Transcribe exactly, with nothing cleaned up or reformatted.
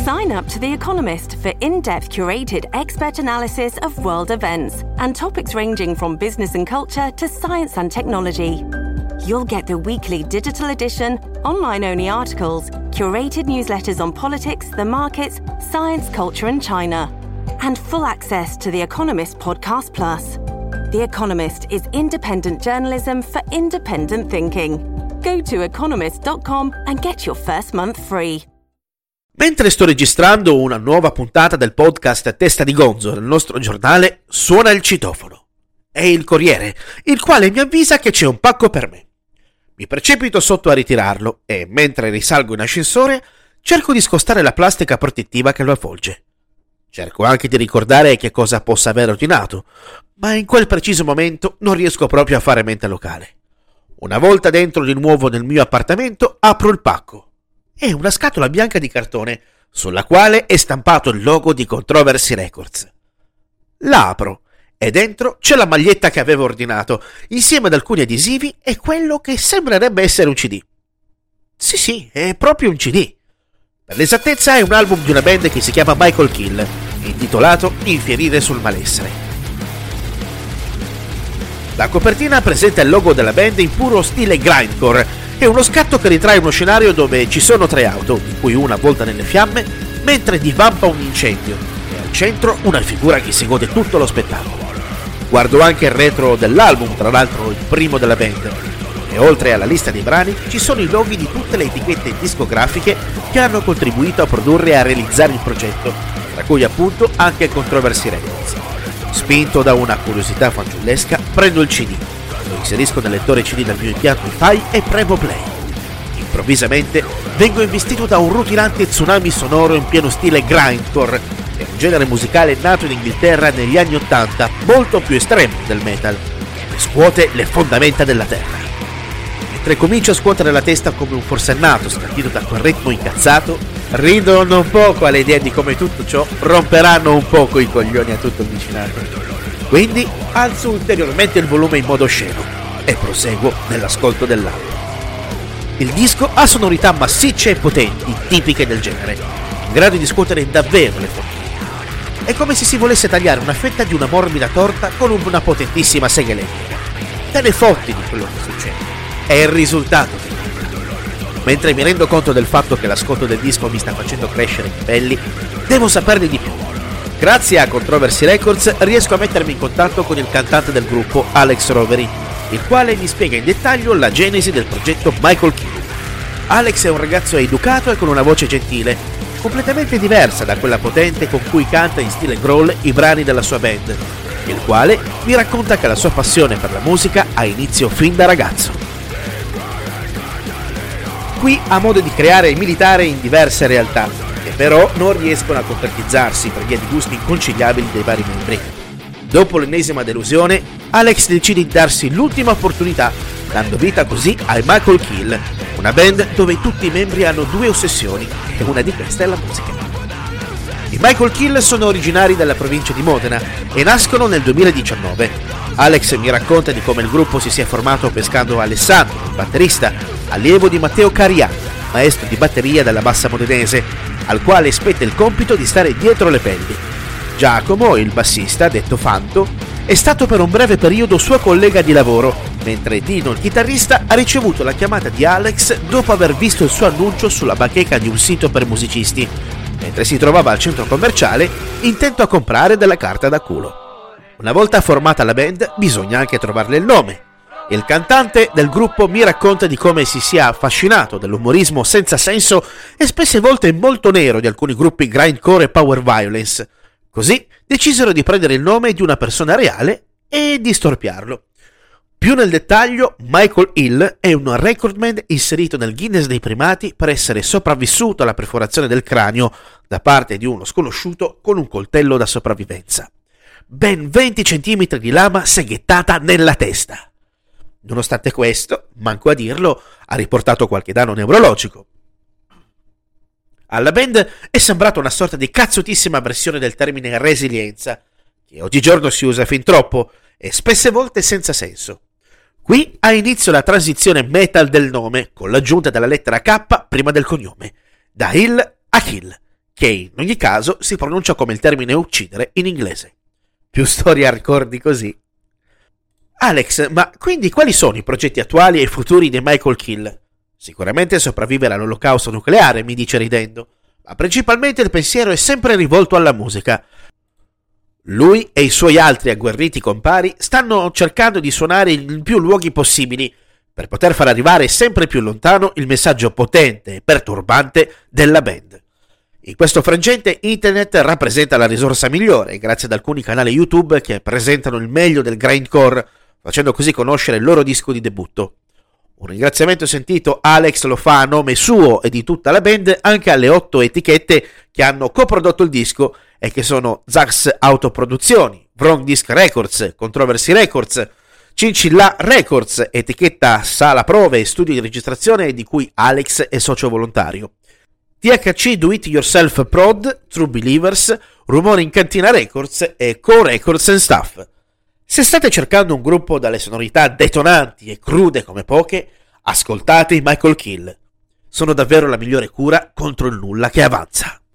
Sign up to The Economist for in-depth curated expert analysis of world events and topics ranging from business and culture to science and technology. You'll get the weekly digital edition, online-only articles, curated newsletters on politics, the markets, science, culture and China, and full access to The Economist Podcast Plus. The Economist is independent journalism for independent thinking. Go to economist dot com and get your first month free. Mentre sto registrando una nuova puntata del podcast Testa di Gonzo del nostro giornale, suona il citofono. È il Corriere, il quale mi avvisa che c'è un pacco per me. Mi precipito sotto a ritirarlo e, mentre risalgo in ascensore, cerco di scostare la plastica protettiva che lo avvolge. Cerco anche di ricordare che cosa possa aver ordinato, ma in quel preciso momento non riesco proprio a fare mente locale. Una volta dentro di nuovo nel mio appartamento, apro il pacco. È una scatola bianca di cartone sulla quale è stampato il logo di Controversy Records. La apro e dentro c'è la maglietta che avevo ordinato, insieme ad alcuni adesivi e quello che sembrerebbe essere un C D. Sì, sì, è proprio un C D. Per l'esattezza è un album di una band che si chiama Michael Kill, intitolato Infierire sul malessere. La copertina presenta il logo della band in puro stile grindcore. È uno scatto che ritrae uno scenario dove ci sono tre auto, di cui una avvolta nelle fiamme, mentre divampa un incendio, e al centro una figura che si gode tutto lo spettacolo. Guardo anche il retro dell'album, tra l'altro il primo della band, e oltre alla lista dei brani ci sono i loghi di tutte le etichette discografiche che hanno contribuito a produrre e a realizzare il progetto, tra cui appunto anche Controversy Records. Spinto da una curiosità fanciullesca, prendo il C D, lo inserisco nel lettore C D del mio impianto Wi-Fi e premo play. Improvvisamente vengo investito da un rutilante tsunami sonoro in pieno stile grindcore, che è un genere musicale nato in Inghilterra negli anni ottanta, molto più estremo del metal, che scuote le fondamenta della terra. Mentre comincio a scuotere la testa come un forsennato scandito da quel ritmo incazzato, rido non poco all'idea di come tutto ciò romperanno un poco i coglioni a tutto il vicinato. Quindi alzo ulteriormente il volume in modo sceno e proseguo nell'ascolto dell'album. Il disco ha sonorità massicce e potenti, tipiche del genere, in grado di scuotere davvero le forchine. È come se si volesse tagliare una fetta di una morbida torta con una potentissima sega elettrica. Te ne fotti di quello che succede. È il risultato. Mentre mi rendo conto del fatto che l'ascolto del disco mi sta facendo crescere i capelli, devo saperne di più. Grazie a Controversy Records riesco a mettermi in contatto con il cantante del gruppo, Alex Rovery, il quale mi spiega in dettaglio la genesi del progetto Michael Kill. Alex è un ragazzo educato e con una voce gentile, completamente diversa da quella potente con cui canta in stile growl i brani della sua band, il quale mi racconta che la sua passione per la musica ha inizio fin da ragazzo. Qui ha modo di creare e militare in diverse realtà, che però non riescono a concretizzarsi per via di gusti inconciliabili dei vari membri. Dopo l'ennesima delusione, Alex decide di darsi l'ultima opportunità, dando vita così ai Michael Kill, una band dove tutti i membri hanno due ossessioni, e una di queste è la musica. I Michael Kill sono originari della provincia di Modena e nascono nel duemiladiciannove. Alex mi racconta di come il gruppo si sia formato pescando Alessandro, il batterista, allievo di Matteo Cariani, maestro di batteria della Bassa Modenese, al quale spetta il compito di stare dietro le pelli. Giacomo, il bassista, detto Fanto, è stato per un breve periodo suo collega di lavoro, mentre Dino, il chitarrista, ha ricevuto la chiamata di Alex dopo aver visto il suo annuncio sulla bacheca di un sito per musicisti, mentre si trovava al centro commerciale intento a comprare della carta da culo. Una volta formata la band, bisogna anche trovarle il nome. Il cantante del gruppo mi racconta di come si sia affascinato dell'umorismo senza senso e spesse volte molto nero di alcuni gruppi grindcore e power violence. Così decisero di prendere il nome di una persona reale e di storpiarlo. Più nel dettaglio, Michael Hill è un recordman inserito nel Guinness dei primati per essere sopravvissuto alla perforazione del cranio da parte di uno sconosciuto con un coltello da sopravvivenza. Ben venti centimetri di lama seghettata nella testa. Nonostante questo, manco a dirlo, ha riportato qualche danno neurologico. Alla band è sembrata una sorta di cazzutissima versione del termine resilienza, che oggigiorno si usa fin troppo e spesse volte senza senso. Qui ha inizio la transizione metal del nome, con l'aggiunta della lettera K prima del cognome, da Hill a Kill, che in ogni caso si pronuncia come il termine uccidere in inglese. Più storie hardcore di così. Alex, ma quindi quali sono i progetti attuali e futuri di Michael Kill? Sicuramente sopravvivere all'olocausto nucleare, mi dice ridendo, ma principalmente il pensiero è sempre rivolto alla musica. Lui e i suoi altri agguerriti compari stanno cercando di suonare in più luoghi possibili per poter far arrivare sempre più lontano il messaggio potente e perturbante della band. In questo frangente internet rappresenta la risorsa migliore grazie ad alcuni canali YouTube che presentano il meglio del grindcore, facendo così conoscere il loro disco di debutto. Un ringraziamento sentito Alex lo fa a nome suo e di tutta la band anche alle otto etichette che hanno coprodotto il disco e che sono Zax Autoproduzioni, Wrong Disc Records, Controversy Records, Cincilla Records, etichetta sala prove e studio di registrazione di cui Alex è socio volontario, T H C Do It Yourself Prod, True Believers, Rumore in Cantina Records e Co Records and Stuff. Se state cercando un gruppo dalle sonorità detonanti e crude come poche, ascoltate i Michael Kill. Sono davvero la migliore cura contro il nulla che avanza.